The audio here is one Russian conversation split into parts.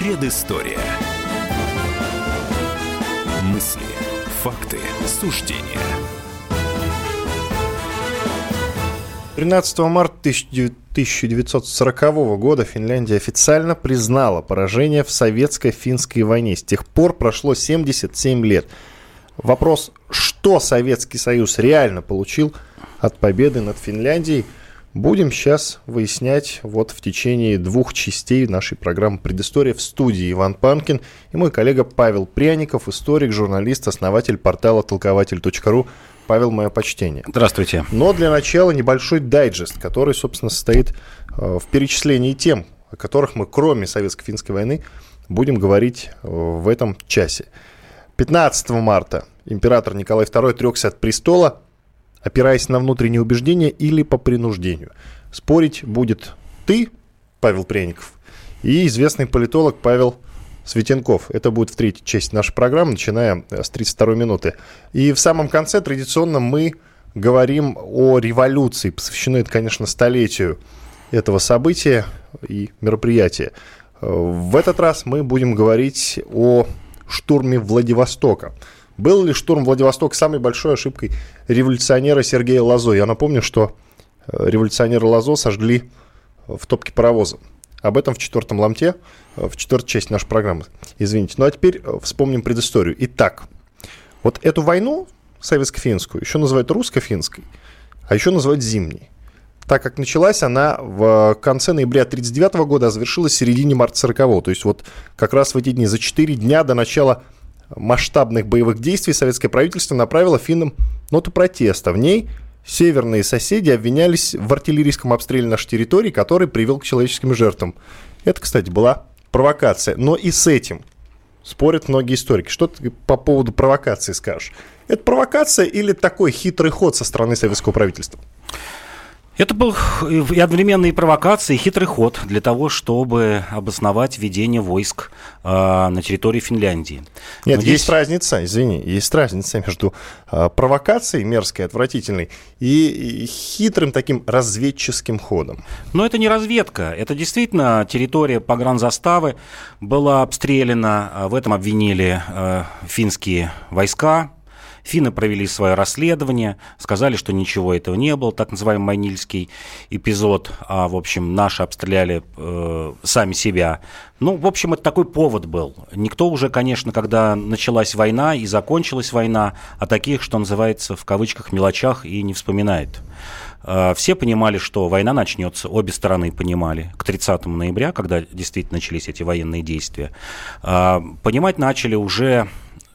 Предыстория. Мысли, факты, суждения. 13 марта 1940 года Финляндия официально признала поражение в советско-финской войне. С тех пор прошло 77 лет. Вопрос, что Советский Союз реально получил от победы над Финляндией, будем сейчас выяснять вот в течение двух частей нашей программы «Предыстория». В студии Иван Панкин и мой коллега Павел Пряников, историк, журналист, основатель портала толкователь.ру. Павел, мое почтение. Здравствуйте. Но для начала небольшой дайджест, который, собственно, состоит в перечислении тем, о которых мы, кроме Советско-финской войны, будем говорить в этом часе. 15 марта император Николай II отрекся от престола, опираясь на внутренние убеждения или по принуждению. Спорить будет ты, Павел Пряников, и известный политолог Павел Светенков. Это будет в третьей части нашей программы, начиная с 32-й минуты. И в самом конце традиционно мы говорим о революции, посвященной, конечно, столетию этого события и мероприятия. В этот раз мы будем говорить о штурме Владивостока. Был ли штурм Владивостока самой большой ошибкой революционера Сергея Лозо? Я напомню, что революционера Лозо сожгли в топке паровоза. Об этом в четвертом ломте, в четвертой части нашей программы. Извините. Ну а теперь вспомним предысторию. Итак, вот эту войну советско-финскую еще называют русско-финской, а еще называют зимней. Так как началась она в конце ноября 1939 года, а завершилась в середине марта 1940. То есть вот как раз в эти дни, за 4 дня до начала масштабных боевых действий, советское правительство направило финнам ноту протеста. В ней северные соседи обвинялись в артиллерийском обстреле нашей территории, который привел к человеческим жертвам. Это, кстати, была провокация. Но и с этим спорят многие историки. Что ты по поводу провокации скажешь? Это провокация или такой хитрый ход со стороны советского правительства? Это был и одновременно и провокация, и хитрый ход для того, чтобы обосновать введение войск на территории Финляндии. Нет, есть разница, извини, есть разница между провокацией мерзкой, отвратительной и хитрым таким разведческим ходом. Но это не разведка, это действительно территория погранзаставы была обстреляна, в этом обвинили финские войска. Финны провели свое расследование, сказали, что ничего этого не было, так называемый Майнильский эпизод, а, в общем, наши обстреляли сами себя. Ну, в общем, это такой повод был. Никто уже, конечно, когда началась война и закончилась война, о таких, что называется, в кавычках, мелочах и не вспоминает. Все понимали, что война начнется, обе стороны понимали, к 30 ноября, когда действительно начались эти военные действия. Понимать начали уже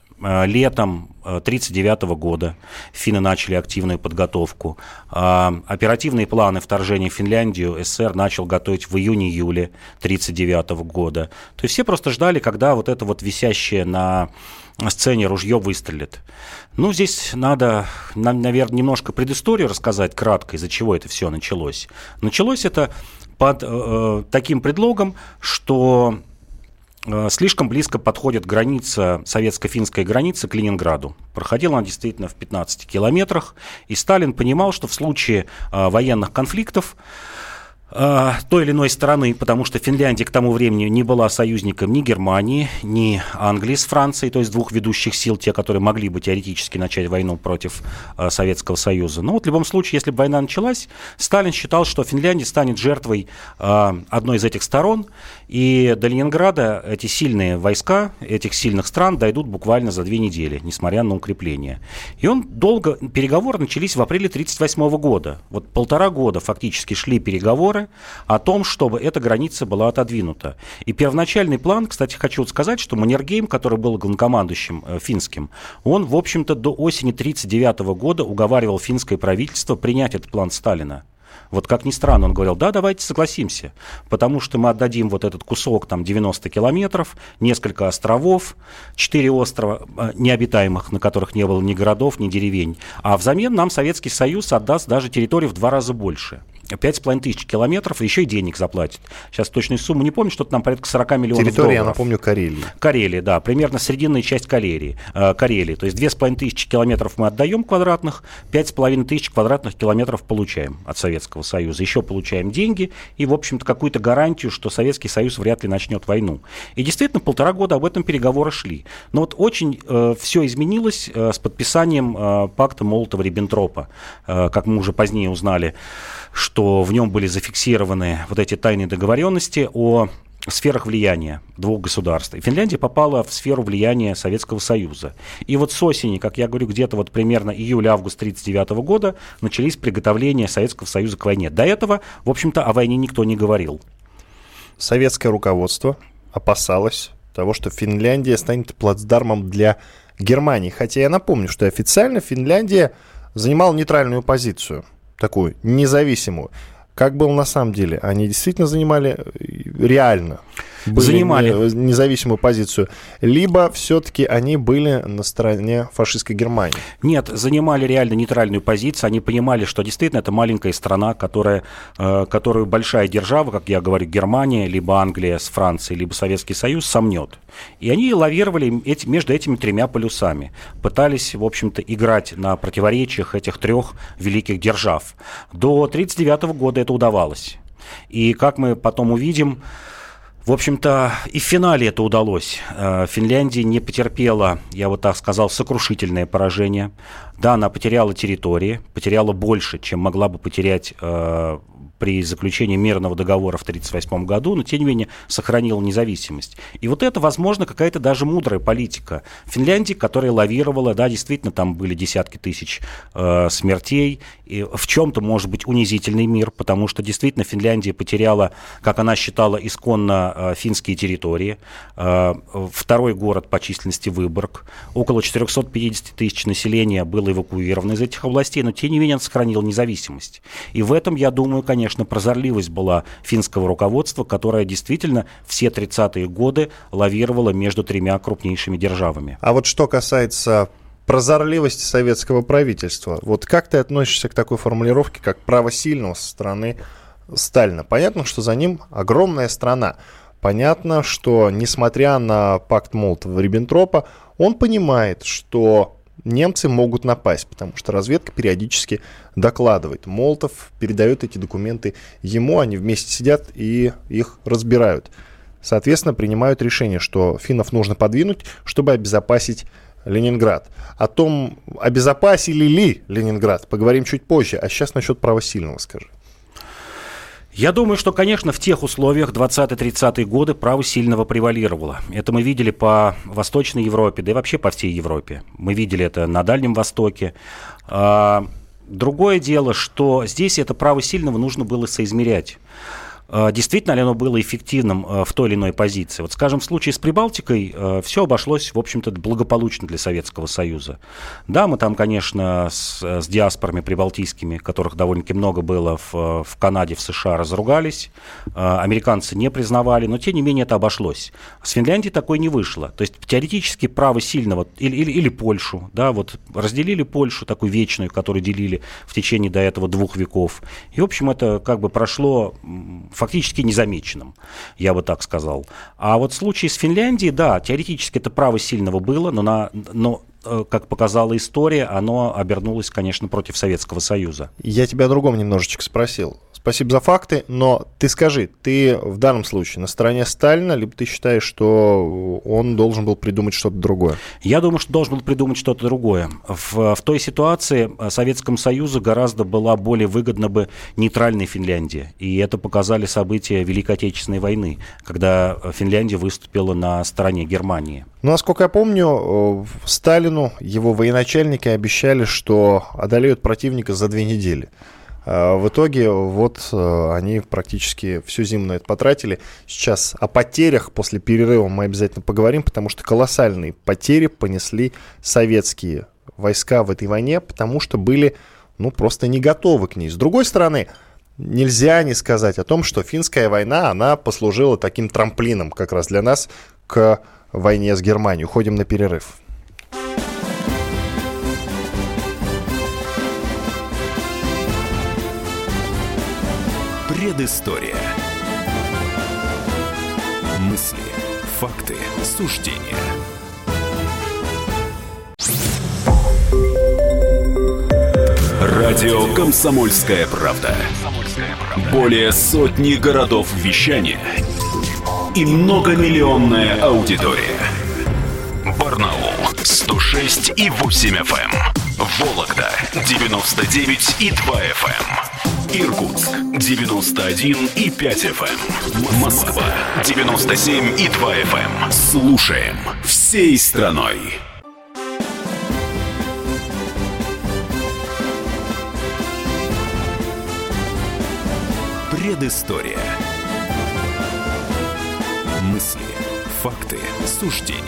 летом 1939 года. Финны начали активную подготовку. Оперативные планы вторжения в Финляндию СССР начал готовить в июне-июле 1939 года. То есть все просто ждали, когда вот это вот висящее на сцене ружье выстрелит. Ну, здесь надо, наверное, немножко предысторию рассказать кратко, из-за чего это все началось. Началось это под таким предлогом, что слишком близко подходит граница, советско-финская граница к Ленинграду. Проходила она действительно в 15 километрах, и Сталин понимал, что в случае военных конфликтов той или иной стороны, потому что Финляндия к тому времени не была союзником ни Германии, ни Англии с Францией, то есть двух ведущих сил, те, которые могли бы теоретически начать войну против Советского Союза. Но вот в любом случае, если бы война началась, Сталин считал, что Финляндия станет жертвой одной из этих сторон, и до Ленинграда эти сильные войска этих сильных стран дойдут буквально за 2 недели, несмотря на укрепления. И переговоры начались в апреле 1938 года. Вот 1,5 года фактически шли переговоры о том, чтобы эта граница была отодвинута. И первоначальный план, кстати, хочу сказать, что Маннергейм, который был главнокомандующим финским, он, в общем-то, до осени 1939 года уговаривал финское правительство принять этот план Сталина. Вот как ни странно, он говорил, да, давайте согласимся, потому что мы отдадим вот этот кусок, там, 90 километров, несколько островов, 4 острова необитаемых, на которых не было ни городов, ни деревень, а взамен нам Советский Союз отдаст даже территорию в 2 раза больше. 5500 километров, и еще и денег заплатит. Сейчас точную сумму не помню, что-то нам порядка 40 миллионов Территория, долларов. я напомню, Карелии. Карелия, да, примерно срединная часть Карелии. То есть 2500 километров мы отдаем квадратных, 5500 квадратных километров получаем от Советского Союза. Еще получаем деньги и, в общем-то, какую-то гарантию, что Советский Союз вряд ли начнет войну. И действительно, 1,5 года об этом переговоры шли. Но вот очень все изменилось с подписанием пакта Молотова-Риббентропа. Как мы уже позднее узнали, что в нем были зафиксированы вот эти тайные договоренности о сферах влияния двух государств. И Финляндия попала в сферу влияния Советского Союза. И вот с осени, как я говорю, где-то вот примерно июль-август 1939 года начались приготовления Советского Союза к войне. До этого, в общем-то, о войне никто не говорил. Советское руководство опасалось того, что Финляндия станет плацдармом для Германии. Хотя я напомню, что официально Финляндия занимала нейтральную позицию, такую независимую. Как было на самом деле? Они действительно занимали реально независимую позицию, либо все-таки они были на стороне фашистской Германии? Нет, занимали реально нейтральную позицию. Они понимали, что действительно это маленькая страна, которую большая держава, как я говорю, Германия, либо Англия с Францией, либо Советский Союз сомнет. И они лавировали между этими тремя полюсами. Пытались, в общем-то, играть на противоречиях этих трех великих держав. До 1939 года это удавалось. И как мы потом увидим, в общем-то, и в финале это удалось. Финляндия не потерпела, я вот так сказал, сокрушительное поражение. Да, она потеряла территории, потеряла больше, чем могла бы потерять при заключении мирного договора в 1938 году, но, тем не менее, сохранила независимость. И вот это, возможно, какая-то даже мудрая политика Финляндии, которая лавировала, да, действительно, там были десятки тысяч смертей, и в чем-то, может быть, унизительный мир, потому что, действительно, Финляндия потеряла, как она считала, исконно финские территории, второй город по численности Выборг, около 450 тысяч населения было эвакуировано из этих областей, но, тем не менее, она сохранила независимость. И в этом, я думаю, конечно, прозорливость была финского руководства, которое действительно все 30-е годы лавировало между тремя крупнейшими державами. А вот что касается прозорливости советского правительства, вот как ты относишься к такой формулировке, как право сильного со стороны Сталина? Понятно, что за ним огромная страна. Понятно, что, несмотря на пакт Молотова-Риббентропа, он понимает, что немцы могут напасть, потому что разведка периодически докладывает. Молотов передает эти документы ему, они вместе сидят и их разбирают. Соответственно, принимают решение, что финнов нужно подвинуть, чтобы обезопасить Ленинград. О том, обезопасили ли Ленинград, поговорим чуть позже. А сейчас насчет права сильного скажи. Я думаю, что, конечно, в тех условиях 20-30-е годы право сильного превалировало. Это мы видели по Восточной Европе, да и вообще по всей Европе. Мы видели это на Дальнем Востоке. Другое дело, что здесь это право сильного нужно было соизмерять. Действительно ли оно было эффективным в той или иной позиции? Вот, скажем, в случае с Прибалтикой все обошлось, в общем-то, благополучно для Советского Союза. Да, мы там, конечно, с диаспорами прибалтийскими, которых довольно-таки много было в Канаде, в США, разругались. Американцы не признавали, но, тем не менее, это обошлось. С Финляндией такое не вышло. То есть, теоретически, право сильного, или Польшу, да, вот разделили Польшу, такую вечную, которую делили в течение до этого 2 веков. И, в общем, это как бы прошло фактически незамеченным, я бы так сказал. А вот в случае с Финляндией, да, теоретически это право сильного было, но как показала история, оно обернулось, конечно, против Советского Союза. Я тебя о другом немножечко спросил. Спасибо за факты, но ты скажи, ты в данном случае на стороне Сталина, либо ты считаешь, что он должен был придумать что-то другое? Я думаю, что должен был придумать что-то другое. В той ситуации Советскому Союзу гораздо была более выгодна бы нейтральная Финляндия. И это показали события Великой Отечественной войны, когда Финляндия выступила на стороне Германии. Ну, насколько я помню, Сталину его военачальники обещали, что одолеют противника за 2 недели. В итоге вот они практически всю зиму на это потратили. Сейчас о потерях после перерыва мы обязательно поговорим, потому что колоссальные потери понесли советские войска в этой войне, потому что были просто не готовы к ней. С другой стороны, нельзя не сказать о том, что финская война, она послужила таким трамплином как раз для нас к войне с Германией. Уходим на перерыв. Предыстория. Мысли, факты, суждения. Радио «Комсомольская правда». Более сотни городов вещания и многомиллионная аудитория. Барнаул 106,8 FM. Вологда 99,2 FM. Иркутск 91,5 FM. Москва 97,2 FM. Слушаем всей страной. Предыстория. Мысли, факты, суждения.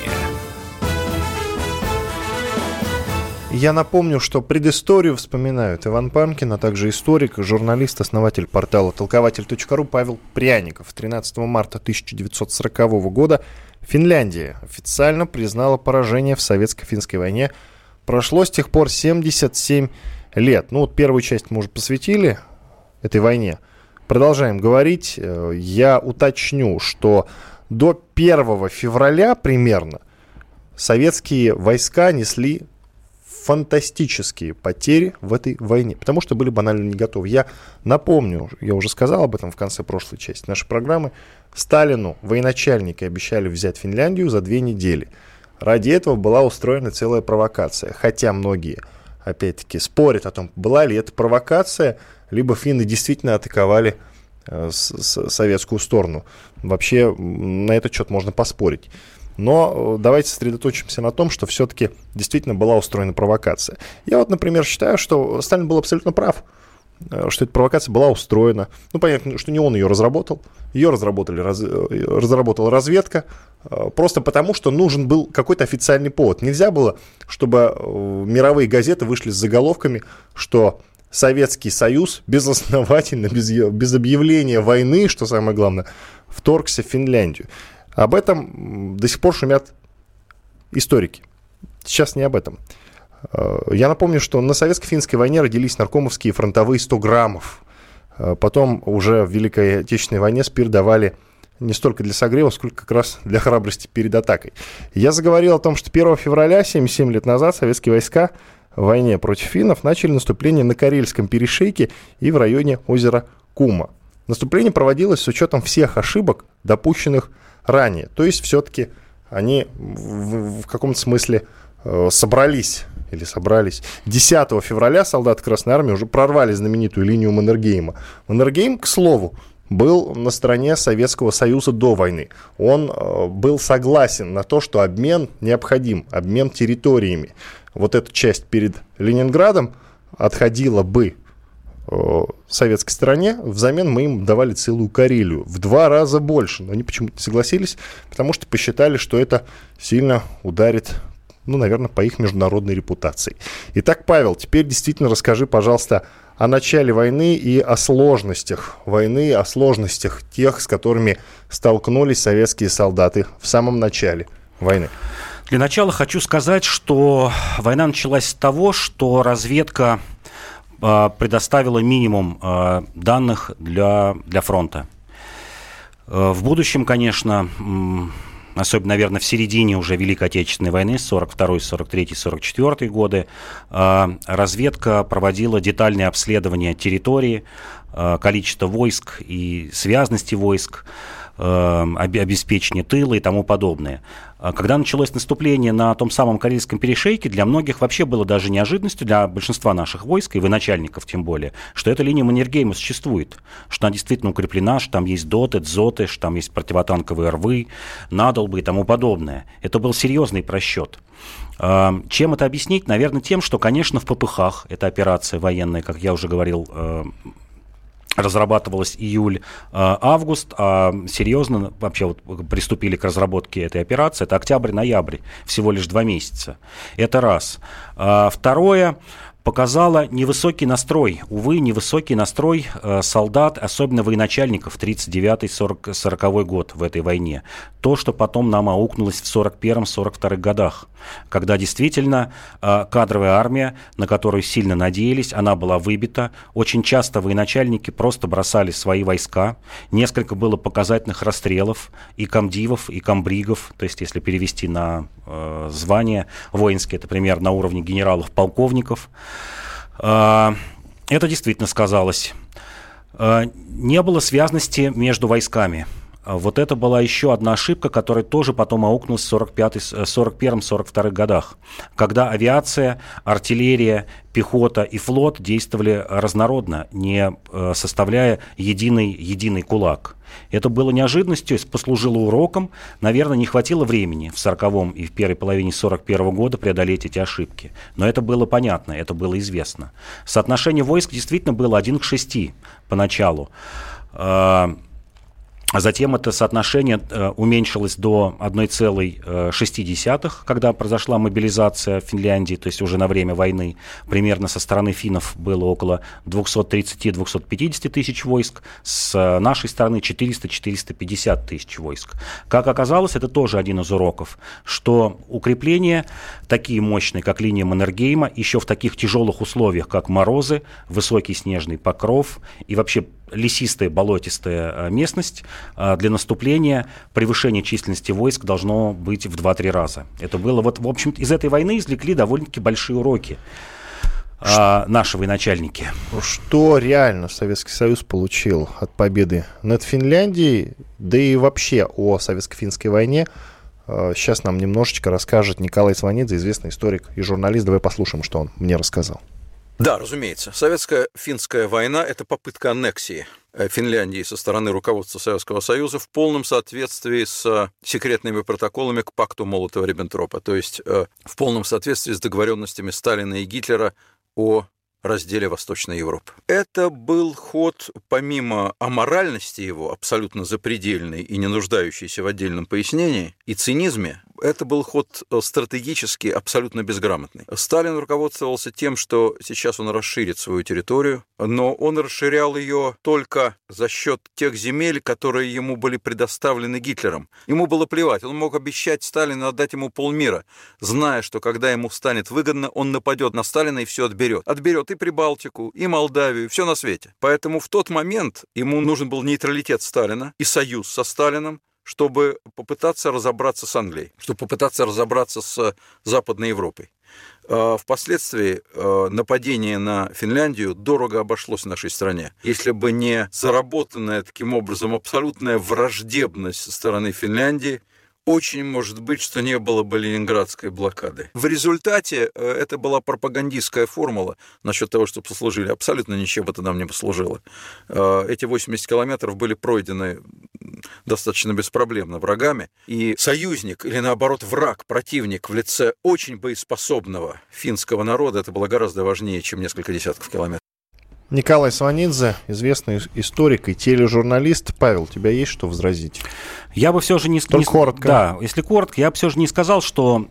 Я напомню, что предысторию вспоминают Иван Панкин, а также историк, журналист, основатель портала толкователь.ру Павел Пряников. 13 марта 1940 года Финляндия официально признала поражение в Советско-финской войне. Прошло с тех пор 77 лет. Ну вот первую часть мы уже посвятили этой войне. Продолжаем говорить. Я уточню, что до 1 февраля примерно советские войска несли фантастические потери в этой войне, потому что были банально не готовы. Я напомню, я уже сказал об этом в конце прошлой части нашей программы, Сталину военачальники обещали взять Финляндию за 2 недели. Ради этого была устроена целая провокация. Хотя многие, опять-таки, спорят о том, была ли это провокация, либо финны действительно атаковали советскую сторону. Вообще на этот счет можно поспорить. Но давайте сосредоточимся на том, что все-таки действительно была устроена провокация. Я вот, например, считаю, что Сталин был абсолютно прав, что эта провокация была устроена. Ну, понятно, что не он ее разработал. Ее разработала разведка. Просто потому, что нужен был какой-то официальный повод. Нельзя было, чтобы мировые газеты вышли с заголовками, что Советский Союз безосновательно, без объявления войны, что самое главное, вторгся в Финляндию. Об этом до сих пор шумят историки. Сейчас не об этом. Я напомню, что на Советско-финской войне родились наркомовские фронтовые 100 граммов. Потом уже в Великой Отечественной войне спирт давали не столько для согрева, сколько как раз для храбрости перед атакой. Я заговорил о том, что 1 февраля, 77 лет назад, советские войска в войне против финнов начали наступление на Карельском перешейке и в районе озера Кума. Наступление проводилось с учетом всех ошибок, допущенных ранее. То есть все-таки они в каком-то смысле собрались. 10 февраля солдаты Красной Армии уже прорвали знаменитую линию Маннергейма. Маннергейм, к слову, был на стороне Советского Союза до войны. Он был согласен на то, что обмен необходим, обмен территориями. Вот эта часть перед Ленинградом отходила бы советской стороне, взамен мы им давали целую Карелию, в 2 раза больше. Но они почему-то не согласились, потому что посчитали, что это сильно ударит, наверное, по их международной репутации. Итак, Павел, теперь действительно расскажи, пожалуйста, о начале войны и о сложностях войны, о сложностях тех, с которыми столкнулись советские солдаты в самом начале войны. Для начала хочу сказать, что война началась с того, что разведка предоставила минимум данных для фронта. В будущем, конечно, особенно, наверное, в середине уже Великой Отечественной войны, 42-й, 43-й, 44-й годы, разведка проводила детальное обследование территории, количества войск и связности войск, обеспечение тыла и тому подобное. Когда началось наступление на том самом Карельском перешейке, для многих вообще было даже неожиданностью, для большинства наших войск, и военачальников тем более, что эта линия Маннергейма существует, что она действительно укреплена, что там есть доты, дзоты, что там есть противотанковые рвы, надолбы и тому подобное. Это был серьезный просчет. Чем это объяснить? Наверное, тем, что, конечно, в ППХ эта операция военная, как я уже говорил, разрабатывалась июль-август, а серьезно вообще вот приступили к разработке этой операции, это октябрь-ноябрь, всего лишь 2 месяца. Это раз. Второе, показала невысокий настрой, увы, невысокий настрой солдат, особенно военачальников, 39-40 год в этой войне. То, что потом нам аукнулось в 41-42 годах, когда действительно кадровая армия, на которую сильно надеялись, она была выбита. Очень часто военачальники просто бросали свои войска. Несколько было показательных расстрелов и комдивов, и комбригов, то есть если перевести на звания воинские, это примерно на уровне генералов-полковников. Это действительно сказалось. Не было связности между войсками. Вот это была еще одна ошибка, которая тоже потом аукнулась в 41-42 годах, когда авиация, артиллерия, пехота и флот действовали разнородно, не составляя единый кулак. Это было неожиданностью, послужило уроком. Наверное, не хватило времени в 40-м и в первой половине 41-го года преодолеть эти ошибки. Но это было понятно, это было известно. Соотношение войск действительно было 1 к 6 поначалу. А затем это соотношение уменьшилось до 1,6, когда произошла мобилизация в Финляндии, то есть уже на время войны. Примерно со стороны финнов было около 230-250 тысяч войск, с нашей стороны 400-450 тысяч войск. Как оказалось, это тоже один из уроков, что укрепления, такие мощные, как линия Маннергейма, еще в таких тяжелых условиях, как морозы, высокий снежный покров и вообще лесистая, болотистая местность, для наступления превышение численности войск должно быть в 2-3 раза. Это было, вот, в общем, из этой войны извлекли довольно-таки большие уроки наши военачальники. Что реально Советский Союз получил от победы над Финляндией, да и вообще о советско-финской войне, сейчас нам немножечко расскажет Николай Сванидзе, известный историк и журналист. Давай послушаем, что он мне рассказал. Да, разумеется. Советско-финская война – это попытка аннексии Финляндии со стороны руководства Советского Союза в полном соответствии с секретными протоколами к пакту Молотова-Риббентропа, то есть в полном соответствии с договоренностями Сталина и Гитлера о разделе Восточной Европы. Это был ход, помимо аморальности его, абсолютно запредельной и не нуждающейся в отдельном пояснении, и цинизме, это был ход стратегически абсолютно безграмотный. Сталин руководствовался тем, что сейчас он расширит свою территорию, но он расширял ее только за счет тех земель, которые ему были предоставлены Гитлером. Ему было плевать, он мог обещать Сталину отдать ему полмира, зная, что когда ему станет выгодно, он нападет на Сталина и все отберет. Отберет и Прибалтику, и Молдавию, все на свете. Поэтому в тот момент ему нужен был нейтралитет Сталина и союз со Сталином, чтобы попытаться разобраться с Англией, чтобы попытаться разобраться с Западной Европой. Впоследствии нападение на Финляндию дорого обошлось нашей стране. Если бы не заработанная таким образом абсолютная враждебность со стороны Финляндии, очень может быть, что не было бы Ленинградской блокады. В результате это была пропагандистская формула насчет того, что послужили. Абсолютно ничем это нам не послужило. Эти 80 километров были пройдены достаточно беспроблемно врагами. И союзник, или наоборот враг, противник в лице очень боеспособного финского народа, это было гораздо важнее, чем несколько десятков километров. Николай Сванидзе, известный историк и тележурналист. Павел, у тебя есть что возразить? Я бы все же не... коротко. Да, если коротко, я бы все же не сказал, что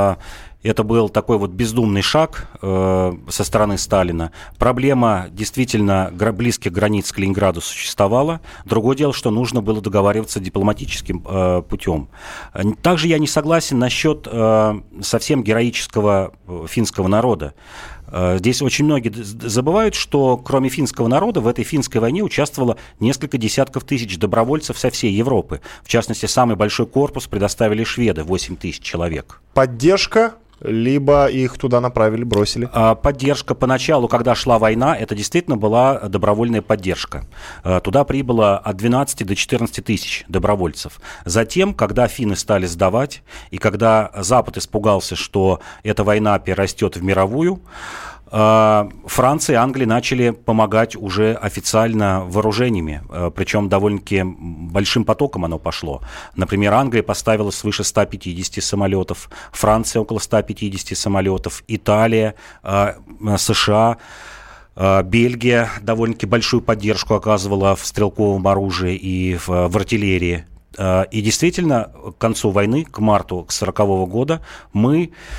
это был такой вот бездумный шаг со стороны Сталина. Проблема действительно близких границ к Ленинграду существовала. Другое дело, что нужно было договариваться дипломатическим путем. Также я не согласен насчет совсем героического финского народа. Здесь очень многие забывают, что кроме финского народа в этой финской войне участвовало несколько десятков тысяч добровольцев со всей Европы. В частности, самый большой корпус предоставили шведы, 8 тысяч человек. Поддержка? Либо их туда направили, бросили? Поддержка поначалу, когда шла война, это действительно была добровольная поддержка. Туда прибыло от 12 до 14 тысяч добровольцев. Затем, когда финны стали сдавать, и когда Запад испугался, что эта война перерастет в мировую, Франция и Англия начали помогать уже официально вооружениями, причем довольно-таки большим потоком оно пошло. Например, Англия поставила свыше 150 самолетов, Франция около 150 самолетов, Италия, США, Бельгия довольно-таки большую поддержку оказывала в стрелковом оружии и в артиллерии. И действительно, к концу войны, к марту 1940 года, мы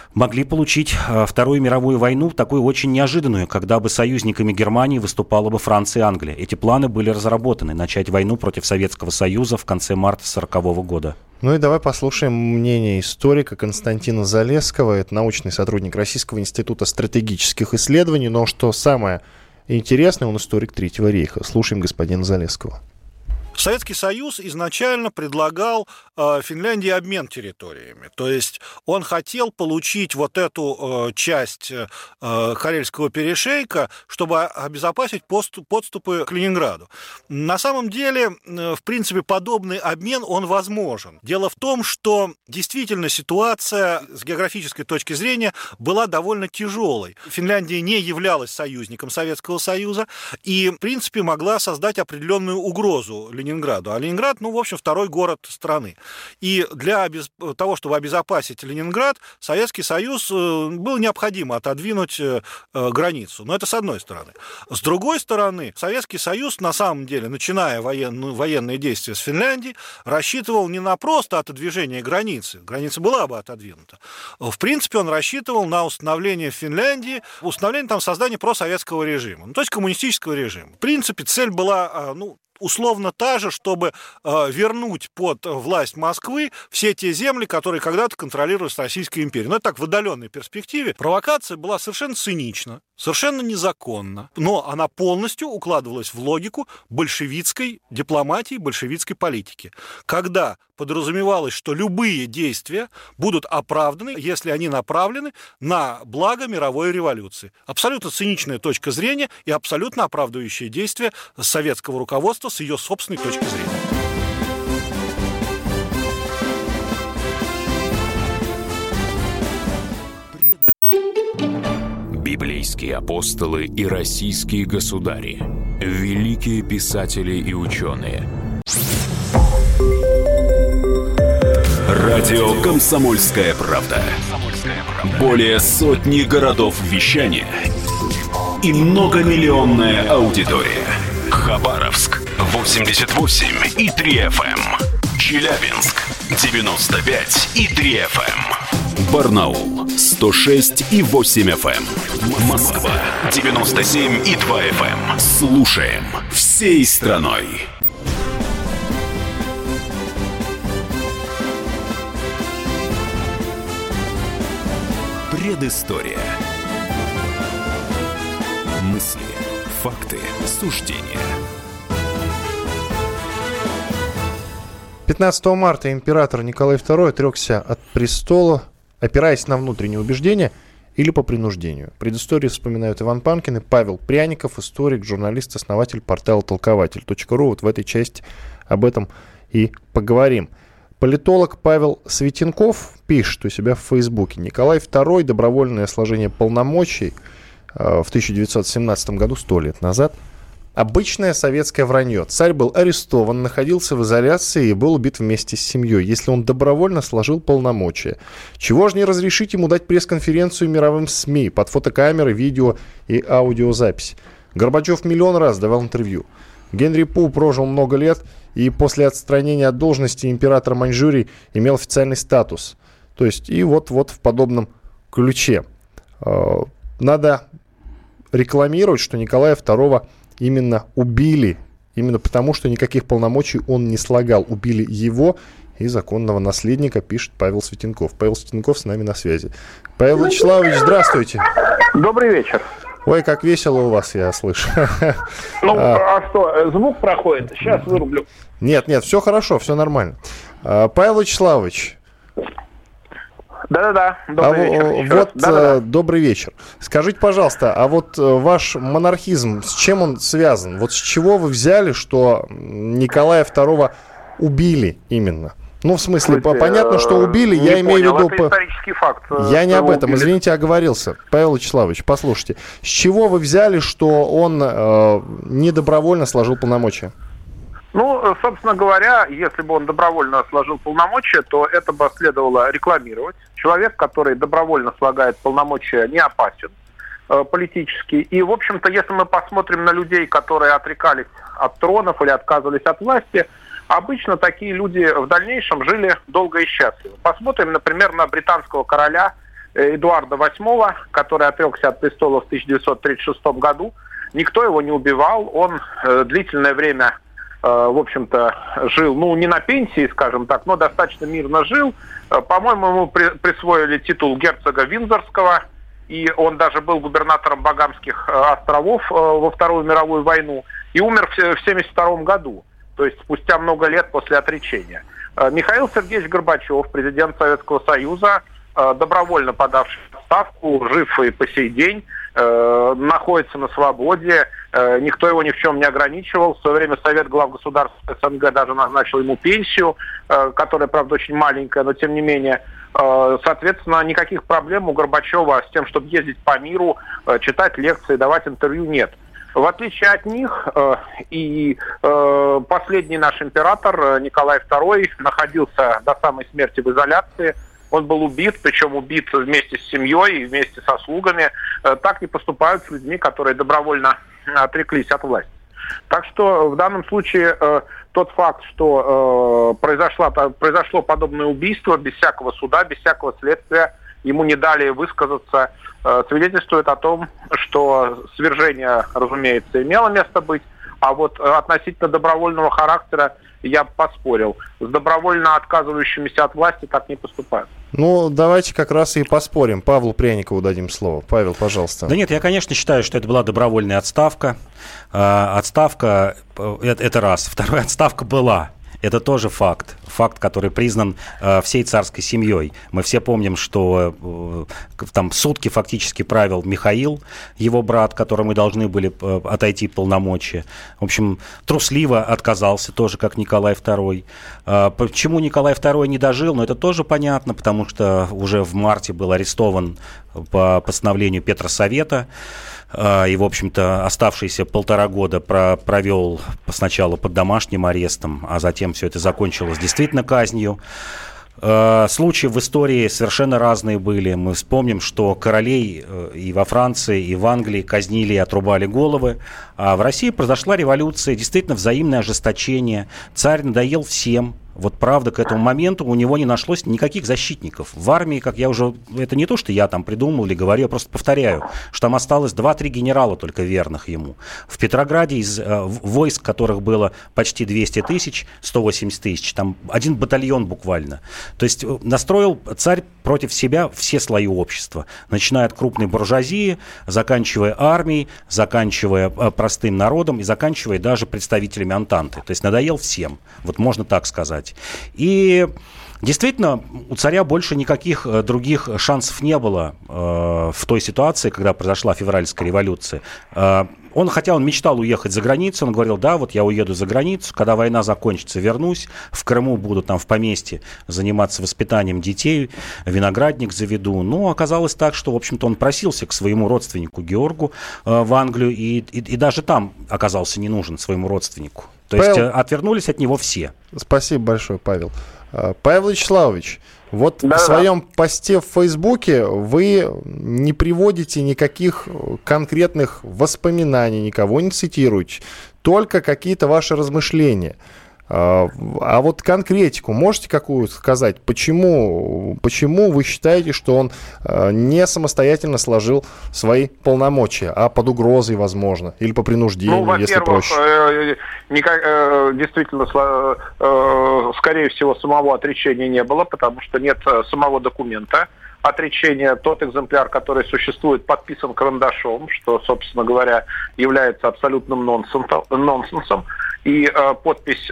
могли получить Вторую мировую войну, такую очень неожиданную, когда бы союзниками Германии выступала бы Франция и Англия. Эти планы были разработаны, начать войну против Советского Союза в конце марта 1940 года. Ну и давай послушаем мнение историка Константина Залесского. Это научный сотрудник Российского института стратегических исследований. Но что самое интересное, он историк Третьего рейха. Слушаем господина Залесского. Советский Союз изначально предлагал Финляндии обмен территориями. То есть он хотел получить вот эту часть Карельского перешейка, чтобы обезопасить подступы к Ленинграду. На самом деле, в принципе, подобный обмен, он возможен. Дело в том, что действительно ситуация с географической точки зрения была довольно тяжелой. Финляндия не являлась союзником Советского Союза и, в принципе, могла создать определенную угрозу Ленинграду. А Ленинград, в общем, второй город страны. И для того, чтобы обезопасить Ленинград, Советский Союз было необходимо отодвинуть границу. Но это с одной стороны. С другой стороны, Советский Союз, на самом деле, начиная военные действия с Финляндии, рассчитывал не на просто отодвижение границы. Граница была бы отодвинута. В принципе, он рассчитывал на установление в Финляндии, создание просоветского режима, то есть коммунистического режима. В принципе, цель была, условно та же, чтобы вернуть под власть Москвы все те земли, которые когда-то контролировались Российской империей. Но это так, в отдаленной перспективе. Провокация была совершенно цинична, совершенно незаконна, но она полностью укладывалась в логику большевистской дипломатии, большевистской политики. Когда подразумевалось, что любые действия будут оправданы, если они направлены на благо мировой революции. Абсолютно циничная точка зрения и абсолютно оправдывающие действия советского руководства с ее собственной точки зрения. Библейские апостолы и российские государи, великие писатели и ученые. Радио «Комсомольская правда». Более сотни городов вещания и многомиллионная аудитория. Хабаровск 88,3 FM. Челябинск 95,3 FM. Барнаул 106,8 FM. Москва 97,2 FM. Слушаем всей страной. Предыстория. Мысли, факты, суждения. 15 марта император Николай II отрекся от престола, опираясь на внутренние убеждения или по принуждению. Предысторию вспоминают Иван Панкин и Павел Пряников, историк, журналист, основатель портала толкователь.ру. Вот в этой части об этом и поговорим. Политолог Павел Светенков пишет у себя в Фейсбуке: Николай II, добровольное сложение полномочий в 1917 году, 100 лет назад, обычное советское вранье. Царь был арестован, находился в изоляции и был убит вместе с семьей, если он добровольно сложил полномочия. Чего же не разрешить ему дать пресс-конференцию мировым СМИ под фотокамеры, видео и аудиозапись? Горбачев миллион раз давал интервью. Генри Пу прожил много лет и после отстранения от должности императора Маньчжурии имел официальный статус. То есть и вот в подобном ключе. Надо рекламировать, что Николая II именно убили, именно потому, что никаких полномочий он не слагал. Убили его и законного наследника, пишет Павел Светенков. Павел Светенков с нами на связи. Павел Вячеславович, здравствуйте. Добрый вечер. Ой, как весело у вас, я слышу. Что, звук проходит? Сейчас вырублю. Нет, все хорошо, все нормально. Павел Вячеславович. Да-да-да, добрый вечер. Добрый вечер. Скажите, пожалуйста, а вот ваш монархизм, с чем он связан? Вот с чего вы взяли, что Николая II убили именно? Ну, в смысле, понятно, что убили, я имею в виду... Это исторический факт. Я не об этом, извините, оговорился. Павел Вячеславович, послушайте, с чего вы взяли, что он недобровольно сложил полномочия? Ну, собственно говоря, если бы он добровольно сложил полномочия, то это бы следовало рекламировать. Человек, который добровольно слагает полномочия, не опасен политически. И, в общем-то, если мы посмотрим на людей, которые отрекались от тронов или отказывались от власти, обычно такие люди в дальнейшем жили долго и счастливо. Посмотрим, например, на британского короля Эдуарда VIII, который отрекся от престола в 1936 году. Никто его не убивал, он длительное время, в общем-то, жил, не на пенсии, скажем так, но достаточно мирно жил. По-моему, ему присвоили титул герцога Виндзорского, и он даже был губернатором Багамских островов во Вторую мировую войну, и умер в 1972 году, то есть спустя много лет после отречения. Михаил Сергеевич Горбачев, президент Советского Союза, добровольно подавший в отставку, жив и по сей день, находится на свободе, никто его ни в чем не ограничивал. В свое время Совет глав государств СНГ даже назначил ему пенсию, которая, правда, очень маленькая, но тем не менее. Соответственно, никаких проблем у Горбачева с тем, чтобы ездить по миру, читать лекции, давать интервью, нет. В отличие от них, и последний наш император Николай II находился до самой смерти в изоляции. Он был убит, причем убит вместе с семьей и вместе со слугами. Так не поступают с людьми, которые добровольно отреклись от власти. Так что в данном случае тот факт, что произошло подобное убийство без всякого суда, без всякого следствия, ему не дали высказаться, свидетельствует о том, что свержение, разумеется, имело место быть, а вот относительно добровольного характера я бы поспорил. С добровольно отказывающимися от власти так не поступают. Давайте как раз и поспорим. Павлу Пряникову дадим слово. Павел, пожалуйста. Да нет, я, конечно, считаю, что это была добровольная отставка. Отставка – это раз. Вторая отставка была. Это тоже факт. Факт, который признан всей царской семьей. Мы все помним, что там сутки фактически правил Михаил, его брат, которому должны были отойти полномочия. В общем, трусливо отказался, тоже как Николай II. Почему Николай II не дожил? Это тоже понятно, потому что уже в марте был арестован по постановлению Петросовета. И, в общем-то, оставшиеся 1,5 года провел сначала под домашним арестом, а затем все это закончилось действительно казнью. Случаи в истории совершенно разные были. Мы вспомним, что королей и во Франции, и в Англии казнили и отрубали головы. А в России произошла революция, действительно взаимное ожесточение. Царь надоел всем. Вот правда, к этому моменту у него не нашлось никаких защитников. В армии, как я уже... Это не то, что я там придумал или говорю, я просто повторяю, что там осталось 2-3 генерала только верных ему. В Петрограде из войск, которых было почти 200 тысяч, 180 тысяч, там 1 батальон буквально. То есть настроил царь против себя все слои общества. Начиная от крупной буржуазии, заканчивая армией, заканчивая простым народом и заканчивая даже представителями Антанты. То есть надоел всем. Вот можно так сказать. И действительно, у царя больше никаких других шансов не было в той ситуации, когда произошла февральская революция. Хотя он мечтал уехать за границу, он говорил, да, вот я уеду за границу, когда война закончится, вернусь, в Крыму буду там в поместье заниматься воспитанием детей, виноградник заведу. Но оказалось так, что, в общем-то, он просился к своему родственнику Георгу в Англию, и даже там оказался не нужен своему родственнику. То есть отвернулись от него все. Спасибо большое, Павел. Павел Вячеславович, вот в своем посте в Фейсбуке вы не приводите никаких конкретных воспоминаний, никого не цитируете, только какие-то ваши размышления. А вот конкретику можете какую сказать? Почему вы считаете, что он не самостоятельно сложил свои полномочия, а под угрозой, возможно, или по принуждению, если проще? Действительно, скорее всего, самого отречения не было, потому что нет самого документа отречения. Тот экземпляр, который существует, подписан карандашом, что, собственно говоря, является абсолютным нонсенсом. И подпись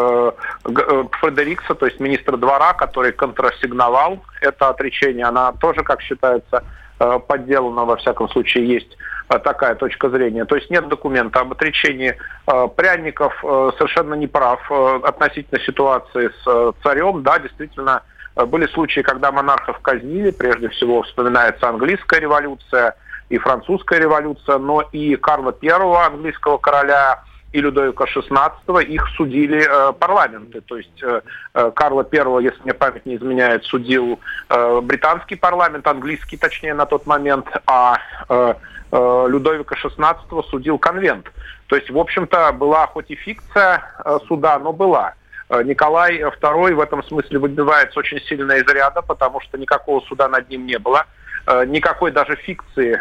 Фредерикса, то есть министра двора, который контрасигновал это отречение, она тоже, как считается, подделана, во всяком случае, есть такая точка зрения. То есть нет документа об отречении. Пряников совершенно не прав относительно ситуации с царем. Да, действительно, были случаи, когда монархов казнили, прежде всего вспоминается английская революция и французская революция, но и Карла I, английского короля, и Людовика XVI, их судили парламенты. То есть Карла I, если мне память не изменяет, судил британский парламент, английский точнее на тот момент, а Людовика XVI судил конвент. То есть, в общем-то, была хоть и фикция суда, но была. Николай II в этом смысле выбивается очень сильно из ряда, потому что никакого суда над ним не было. никакой даже фикции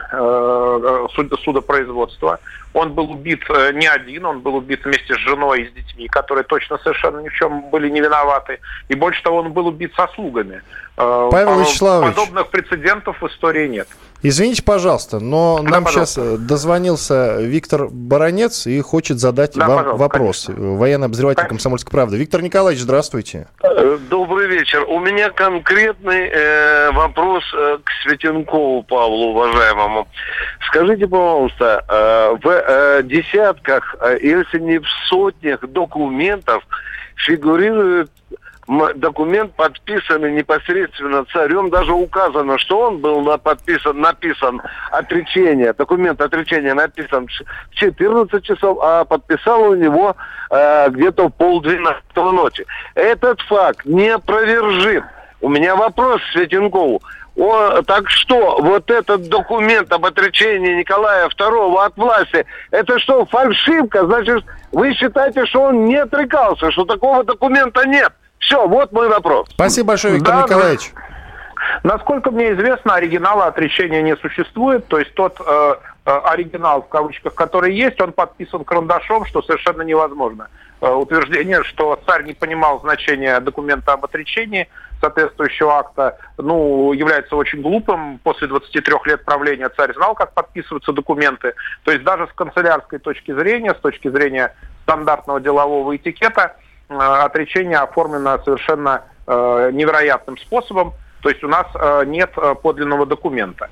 судопроизводства. Он был убит не один, он был убит вместе с женой и с детьми, которые точно совершенно ни в чем были не виноваты. И больше того, он был убит со слугами. Павел Вячеславович, подобных прецедентов в истории нет. Извините, пожалуйста, но Да, нам пожалуйста. сейчас дозвонился Виктор Баранец и хочет задать Да, вам пожалуйста, вопрос. конечно. Военный обозреватель Конечно. «Комсомольской правды». Виктор Николаевич, здравствуйте. Добрый вечер. У меня конкретный вопрос к Светенкову Павлу, уважаемому. Скажите, пожалуйста, в десятках, если не в сотнях документов фигурирует документ, подписанный непосредственно царем, даже указано, что он был написан отречение, документ отречения написан в 14 часов, а подписал у него где-то в 11:30 ночи. Этот факт неопровержим. У меня вопрос к Светенкову. Так что, вот этот документ об отречении Николая II от власти, это что, фальшивка? Значит, вы считаете, что он не отрекался, что такого документа нет? Все, вот мой вопрос. Спасибо большое, Виктор Николаевич. Насколько мне известно, оригинала отречения не существует. То есть тот оригинал, в кавычках, который есть, он подписан карандашом, что совершенно невозможно. Утверждение, что царь не понимал значения документа об отречении, соответствующего акта, является очень глупым. После 23 лет правления царь знал, как подписываются документы. То есть даже с канцелярской точки зрения, с точки зрения стандартного делового этикета, отречение оформлено совершенно невероятным способом. То есть у нас нет подлинного документа.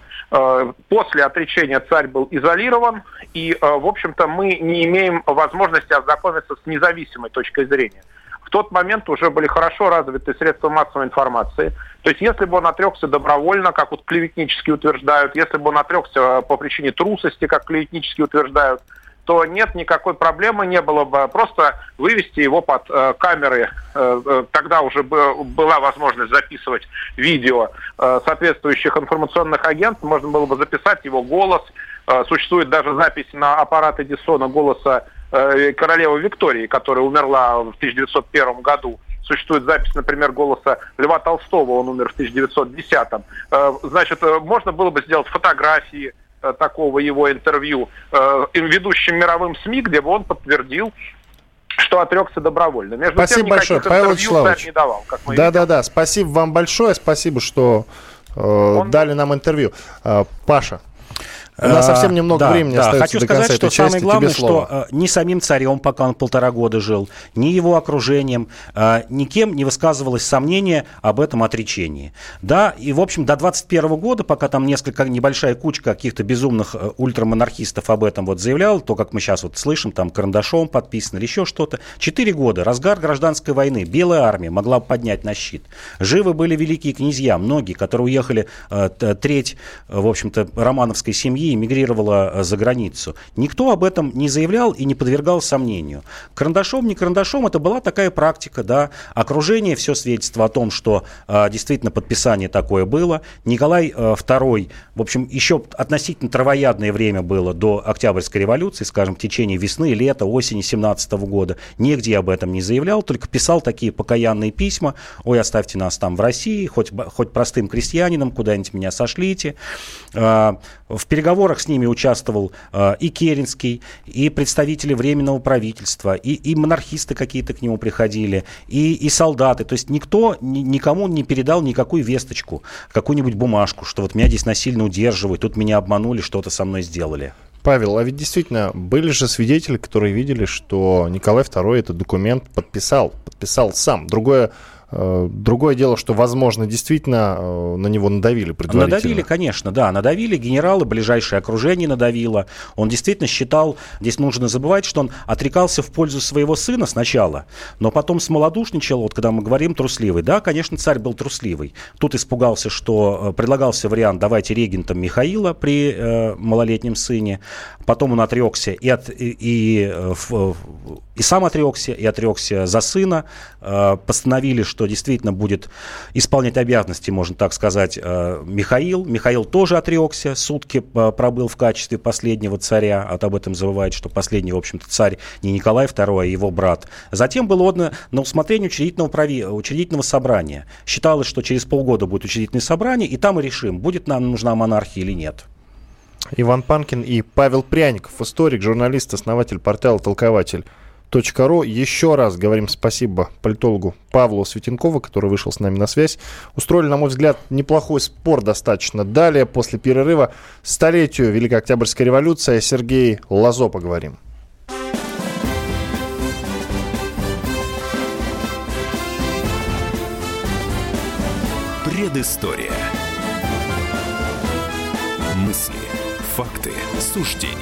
После отречения царь был изолирован, и, в общем-то, мы не имеем возможности ознакомиться с независимой точкой зрения. В тот момент уже были хорошо развиты средства массовой информации. То есть если бы он отрекся добровольно, как вот клеветнически утверждают, если бы он отрекся по причине трусости, как клеветнически утверждают, то нет никакой проблемы, не было бы просто вывести его под камеры. Тогда уже была возможность записывать видео соответствующих информационных агентств, можно было бы записать его голос. Существует даже запись на аппарат Эдисона голоса королевы Виктории, которая умерла в 1901 году. Существует запись, например, голоса Льва Толстого, он умер в 1910. Значит, можно было бы сделать фотографии такого его интервью ведущим мировым СМИ, где бы он подтвердил, что отрекся добровольно. Между Спасибо тем, большое, Павел Вячеславович. Царь не давал, как мы Да. Спасибо вам большое. Спасибо, что дали нам интервью. Паша. У нас совсем немного времени остается Хочу до конца сказать, этой что самое части. главное, Тебе слово. что ни самим царем, пока он 1,5 года жил, ни его окружением, никем не высказывалось сомнение об этом отречении. Да, и, в общем, до 21 года, пока там небольшая кучка каких-то безумных ультрамонархистов об этом вот заявляла, то, как мы сейчас вот слышим, там карандашом подписано или еще что-то, 4 года, разгар гражданской войны, Белая армия могла бы поднять на щит. Живы были великие князья, многие, которые уехали, треть, в общем-то, романовской семьи, эмигрировала за границу. Никто об этом не заявлял и не подвергал сомнению. Карандашом, не карандашом, это была такая практика, да. Окружение, все свидетельство о том, что действительно подписание такое было. Николай II, в общем, еще относительно травоядное время было до Октябрьской революции, скажем, в течение весны, лета, осени 17 года. Нигде об этом не заявлял, только писал такие покаянные письма: ой, оставьте нас там в России, хоть простым крестьянином, куда-нибудь меня сошлите. В переговорах с ними участвовал и Керенский, и представители Временного правительства, и монархисты какие-то к нему приходили, и солдаты. То есть никто никому не передал никакую весточку, какую-нибудь бумажку, что вот меня здесь насильно удерживают, тут меня обманули, что-то со мной сделали. Павел, а ведь действительно были же свидетели, которые видели, что Николай II этот документ подписал сам. Другое дело, что, возможно, действительно на него надавили предварительно. Надавили, конечно, да, надавили, генералы, ближайшее окружение надавило. Он действительно считал, здесь нужно забывать, что он отрекался в пользу своего сына сначала, но потом смолодушничал, вот когда мы говорим трусливый. Да, конечно, царь был трусливый. Тут испугался, что предлагался вариант: давайте регентом Михаила при малолетнем сыне. Потом он отрекся и и сам отрекся, и отрекся за сына. Постановили, что действительно будет исполнять обязанности, можно так сказать, Михаил. Михаил тоже отрекся, сутки пробыл в качестве последнего царя. Об этом забывает, что последний, в общем-то, царь не Николай II, а его брат. Затем было отдано на усмотрение учредительного собрания. Считалось, что через полгода будет учредительное собрание, и там и решим, будет нам нужна монархия или нет. Иван Панкин и Павел Пряников, историк, журналист, основатель портала толкователь.ру. Еще раз говорим спасибо политологу Павлу Светенкову, который вышел с нами на связь. Устроили, на мой взгляд, неплохой спор достаточно. Далее, после перерыва, столетию Великой Октябрьской революции, о Сергее Лазо поговорим. Предыстория. Мысли, факты, суждения.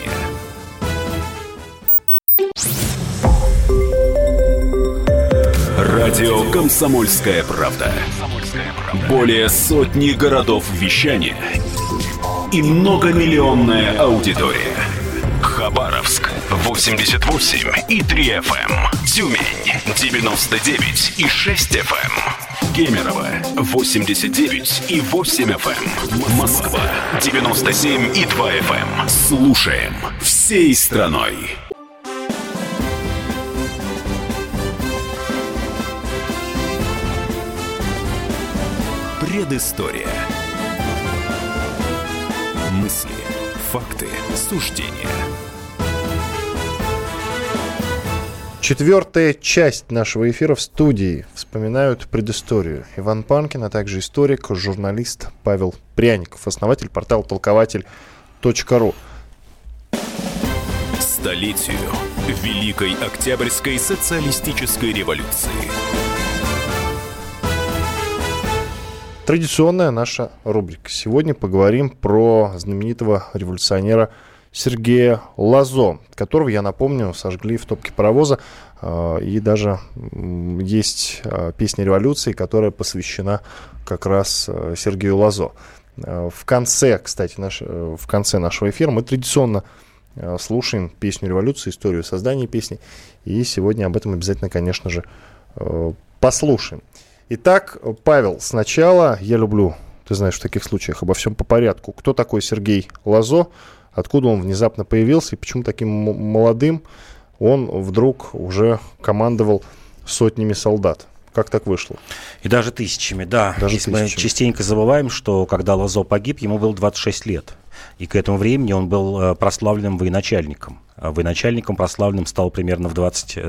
Радио «Комсомольская правда». Более сотни городов вещания и многомиллионная аудитория. Хабаровск 88,3 FM. Тюмень 99,6 FM. Кемерово 89,8 FM. Москва 97,2 FM. Слушаем всей страной. Предыстория. Мысли, факты, суждения. Четвертая часть нашего эфира в студии. Вспоминают предысторию. Иван Панкин, а также историк, журналист Павел Пряников, основатель портала толкователь.ру. Столетию Великой Октябрьской социалистической революции. Традиционная наша рубрика. Сегодня поговорим про знаменитого революционера Сергея Лазо, которого, я напомню, сожгли в топке паровоза. И даже есть песня революции, которая посвящена как раз Сергею Лазо. В конце, кстати, в конце нашего эфира мы традиционно слушаем песню революции, историю создания песни. И сегодня об этом обязательно, конечно же, послушаем. Итак, Павел, сначала я люблю, ты знаешь, в таких случаях обо всем по порядку. Кто такой Сергей Лазо? Откуда он внезапно появился и почему таким молодым он вдруг уже командовал сотнями солдат? Как так вышло? И даже тысячами, да. Даже Здесь мы частенько забываем, что когда Лазо погиб, ему было 26 лет. И к этому времени он был прославленным военачальником. Военачальником прославленным стал примерно в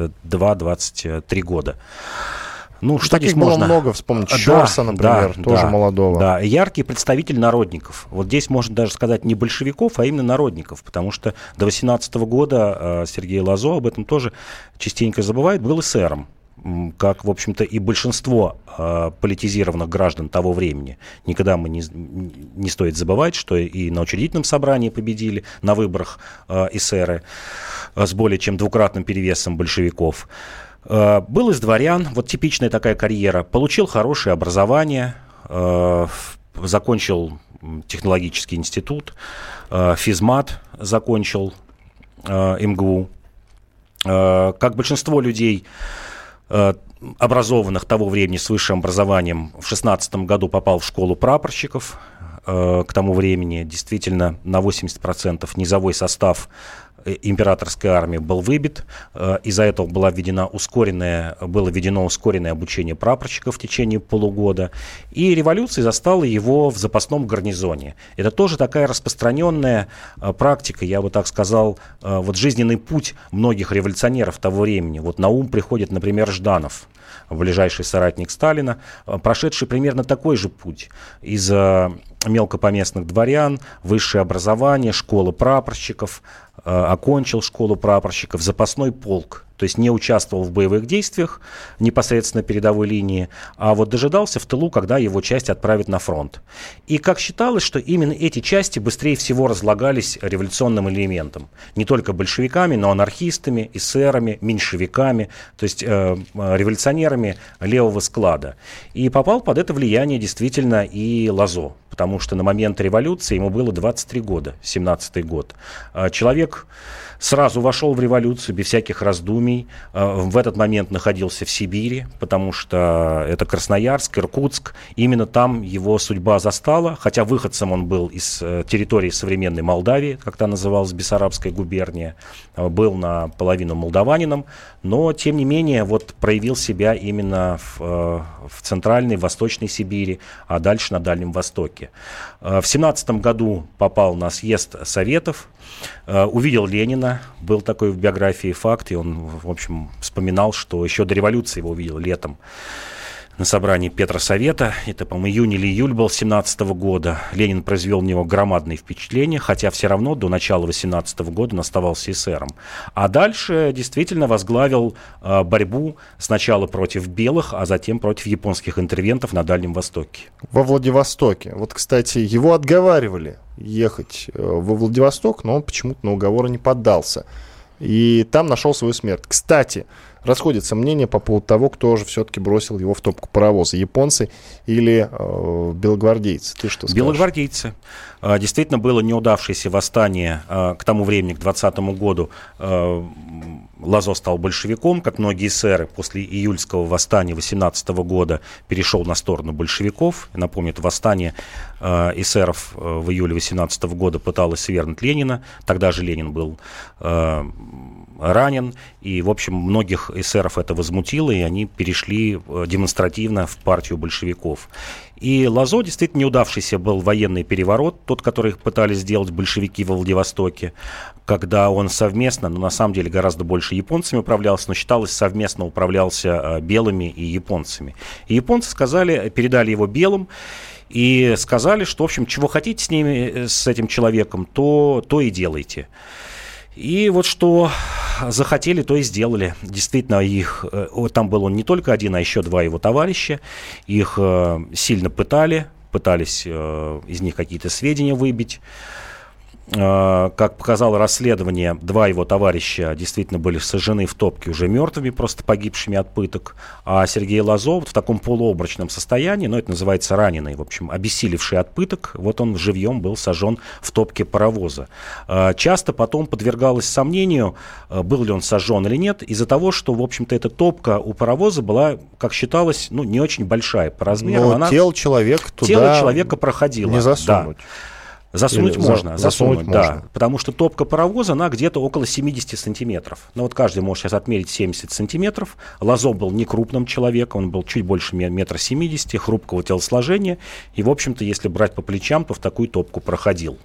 22-23 года. Ну, что таких здесь было можно много вспомнить. Щорса, например, тоже молодого. Да, яркий представитель народников. Вот здесь можно даже сказать не большевиков, а именно народников, потому что до 18 года Сергей Лазо, об этом тоже частенько забывают, был эсером, как, в общем-то, и большинство политизированных граждан того времени. Никогда мы не стоит забывать, что и на учредительном собрании победили на выборах эсеры с более чем двукратным перевесом большевиков. Был из дворян, вот типичная такая карьера, получил хорошее образование, закончил технологический институт, физмат закончил, МГУ. Как большинство людей, образованных того времени с высшим образованием, в 16 году попал в школу прапорщиков. К тому времени действительно на 80% низовой состав императорской армии был выбит. Из-за этого было введено ускоренное обучение прапорщиков в течение полугода. И революция застала его в запасном гарнизоне. Это тоже такая распространенная практика, я бы так сказал, вот жизненный путь многих революционеров того времени. Вот на ум приходит, например, Жданов, ближайший соратник Сталина, прошедший примерно такой же путь. Из мелкопоместных дворян, высшее образование, школа прапорщиков, окончил школу прапорщиков, запасной полк, то есть не участвовал в боевых действиях непосредственно передовой линии, а вот дожидался в тылу, когда его часть отправят на фронт. И как считалось, что именно эти части быстрее всего разлагались революционным элементом. Не только большевиками, но анархистами, эсерами, меньшевиками, то есть революционерами левого склада. И попал под это влияние действительно и Лазо, потому что на момент революции ему было 23 года, 17-й год. Человек сразу вошел в революцию без всяких раздумий, безумий. В этот момент находился в Сибири, потому что это Красноярск, Иркутск. Именно там его судьба застала, хотя выходцем он был из территории современной Молдавии, как та называлась, Бессарабская губерния, был наполовину молдаванином, но, тем не менее, вот проявил себя именно в Центральной, Восточной Сибири, а дальше на Дальнем Востоке. В 17 году попал на съезд Советов, увидел Ленина, был такой в биографии факт, и он, в общем, вспоминал, что еще до революции его увидел летом на собрании Петросовета, это, по-моему, июнь или июль был 17 года. Ленин произвел на него громадные впечатления, хотя все равно до начала 18 года он оставался эсером. А дальше действительно возглавил борьбу сначала против белых, а затем против японских интервентов на Дальнем Востоке. Во Владивостоке. Вот, кстати, его отговаривали ехать во Владивосток, но он почему-то на уговоры не поддался. И там нашел свою смерть. Кстати, расходятся мнения по поводу того, кто же все-таки бросил его в топку паровоза. Японцы или белогвардейцы? Ты что скажешь? Белогвардейцы. Действительно, было неудавшееся восстание к тому времени, к 20 году. Лазо стал большевиком, как многие эсеры. После июльского восстания 18 года перешел на сторону большевиков. Напомню, это восстание эсеров в июле 18 года пыталось свергнуть Ленина. Тогда же Ленин был ранен, и, в общем, многих эсеров это возмутило, и они перешли демонстративно в партию большевиков. И Лазо действительно неудавшийся был военный переворот, тот, который пытались сделать большевики во Владивостоке, когда он совместно, на самом деле гораздо больше японцами управлялся, но считалось, совместно управлялся белыми и японцами. И японцы передали его белым, и сказали, что, в общем, чего хотите с этим человеком, то и делайте. И вот что захотели, то и сделали. Действительно, там был он не только один, а еще два его товарища. Их сильно пытались из них какие-то сведения выбить. Как показало расследование, два его товарища действительно были сожжены в топке уже мертвыми, просто погибшими от пыток. А Сергей Лазо в таком полуобморочном состоянии, это называется раненый, в общем, обессилевший от пыток, вот он живьем был сожжен в топке паровоза. Часто потом подвергалось сомнению, был ли он сожжен или нет, из-за того, что, в общем-то, эта топка у паровоза была, как считалось, не очень большая по размеру. Но тело человека проходило. Не засунуть. Да. Засунуть можно, да. Потому что топка паровоза, она где-то около 70 сантиметров. Вот каждый может сейчас отмерить 70 сантиметров. Лазо был не крупным человеком, он был чуть больше 1,70 м, хрупкого телосложения. И, в общем-то, если брать по плечам, то в такую топку проходил.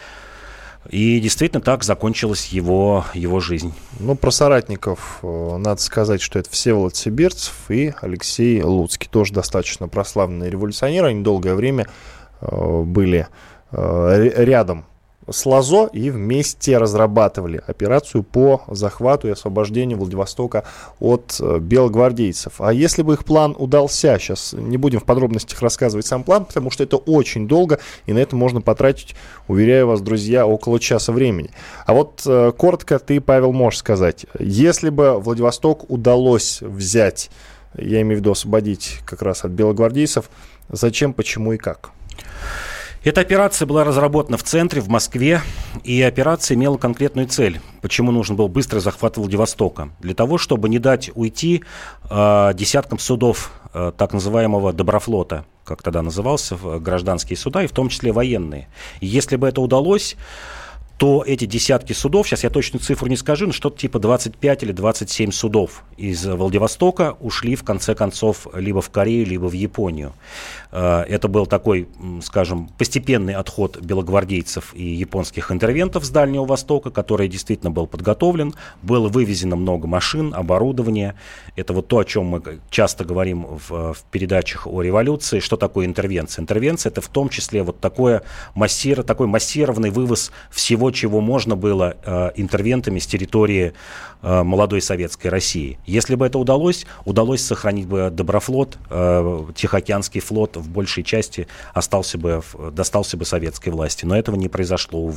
И действительно так закончилась его жизнь. Про соратников надо сказать, что это Всеволод Сибирцев и Алексей Луцкий. Тоже достаточно прославленные революционеры. Они долгое время были рядом с Лазо и вместе разрабатывали операцию по захвату и освобождению Владивостока от белогвардейцев. А если бы их план удался, сейчас не будем в подробностях рассказывать сам план, потому что это очень долго, и на это можно потратить, уверяю вас, друзья, около часа времени. А вот коротко ты, Павел, можешь сказать, если бы Владивосток удалось взять, я имею в виду освободить как раз от белогвардейцев, зачем, почему и как? Эта операция была разработана в центре, в Москве, и операция имела конкретную цель. Почему нужен был быстрый захват Владивостока? Для того, чтобы не дать уйти десяткам судов так называемого Доброфлота, как тогда назывался, гражданские суда, и в том числе военные. И если бы это удалось, то эти десятки судов, сейчас я точную цифру не скажу, но что-то типа 25 или 27 судов из Владивостока ушли, в конце концов, либо в Корею, либо в Японию. Это был такой, скажем, постепенный отход белогвардейцев и японских интервентов с Дальнего Востока, который действительно был подготовлен. Было вывезено много машин, оборудования. Это вот то, о чем мы часто говорим в передачах о революции. Что такое интервенция? Интервенция – это в том числе вот такой массированный вывоз всего, чего можно было интервентами с территории молодой советской России. Если бы это удалось сохранить бы Доброфлот, Тихоокеанский флот в большей части достался бы советской власти. Но этого не произошло, увы.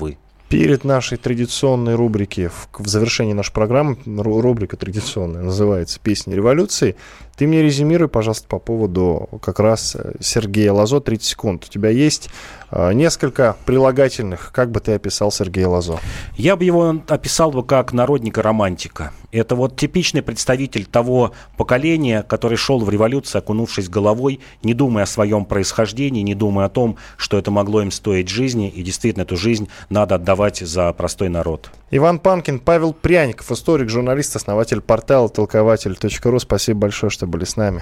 Перед нашей традиционной рубрики, в завершении нашей программы, рубрика традиционная, называется «Песни революции». Ты мне резюмируй, пожалуйста, по поводу как раз Сергея Лазо. 30 секунд. У тебя есть несколько прилагательных. Как бы ты описал Сергея Лазо? Я бы его описал как народника-романтика. Это вот типичный представитель того поколения, который шел в революцию, окунувшись головой, не думая о своем происхождении, не думая о том, что это могло им стоить жизни, и действительно эту жизнь надо отдавать за простой народ. Иван Панкин, Павел Пряников, историк, журналист, основатель портала толкователь.ру. Спасибо большое, что были с нами.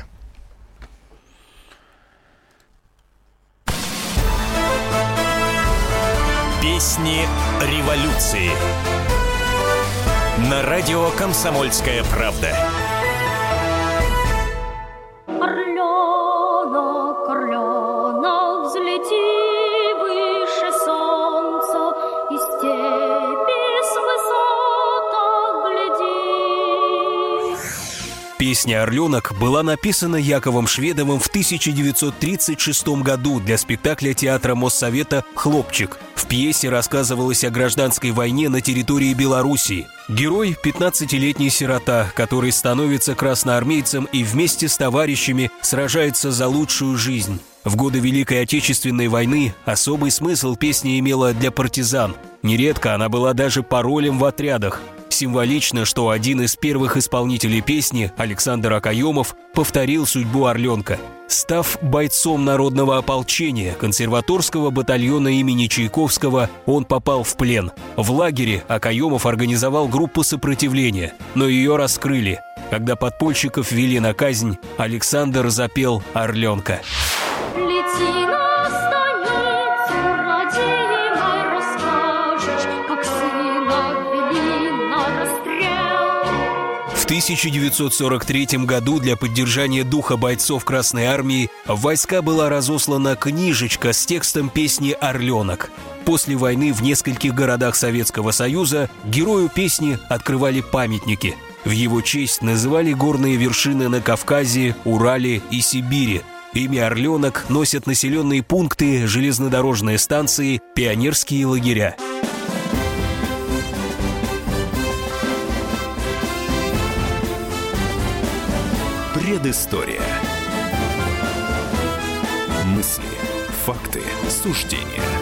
Песни революции. На радио «Комсомольская правда». Орленок, орленок, взлети выше солнца, и степи с высоток гляди. Песня «Орленок» была написана Яковом Шведовым в 1936 году для спектакля театра Моссовета «Хлопчик». В пьесе рассказывалось о гражданской войне на территории Белоруссии. Герой – 15-летний сирота, который становится красноармейцем и вместе с товарищами сражается за лучшую жизнь. В годы Великой Отечественной войны особый смысл песня имела для партизан. Нередко она была даже паролем в отрядах. Символично, что один из первых исполнителей песни, Александр Акаемов, повторил судьбу «Орленка». Став бойцом народного ополчения консерваторского батальона имени Чайковского, он попал в плен. В лагере Акаемов организовал группу сопротивления, но ее раскрыли. Когда подпольщиков вели на казнь, Александр запел «Орленка». Лети на станицу, родимой, расскажешь, как сына вели на расстрел. В 1943 году для поддержания духа бойцов Красной Армии в войска была разослана книжечка с текстом песни «Орленок». После войны в нескольких городах Советского Союза герою песни открывали памятники. В его честь называли горные вершины на Кавказе, Урале и Сибири. Имя «Орленок» носят населенные пункты, железнодорожные станции, пионерские лагеря. Предыстория. Мысли, факты, суждения.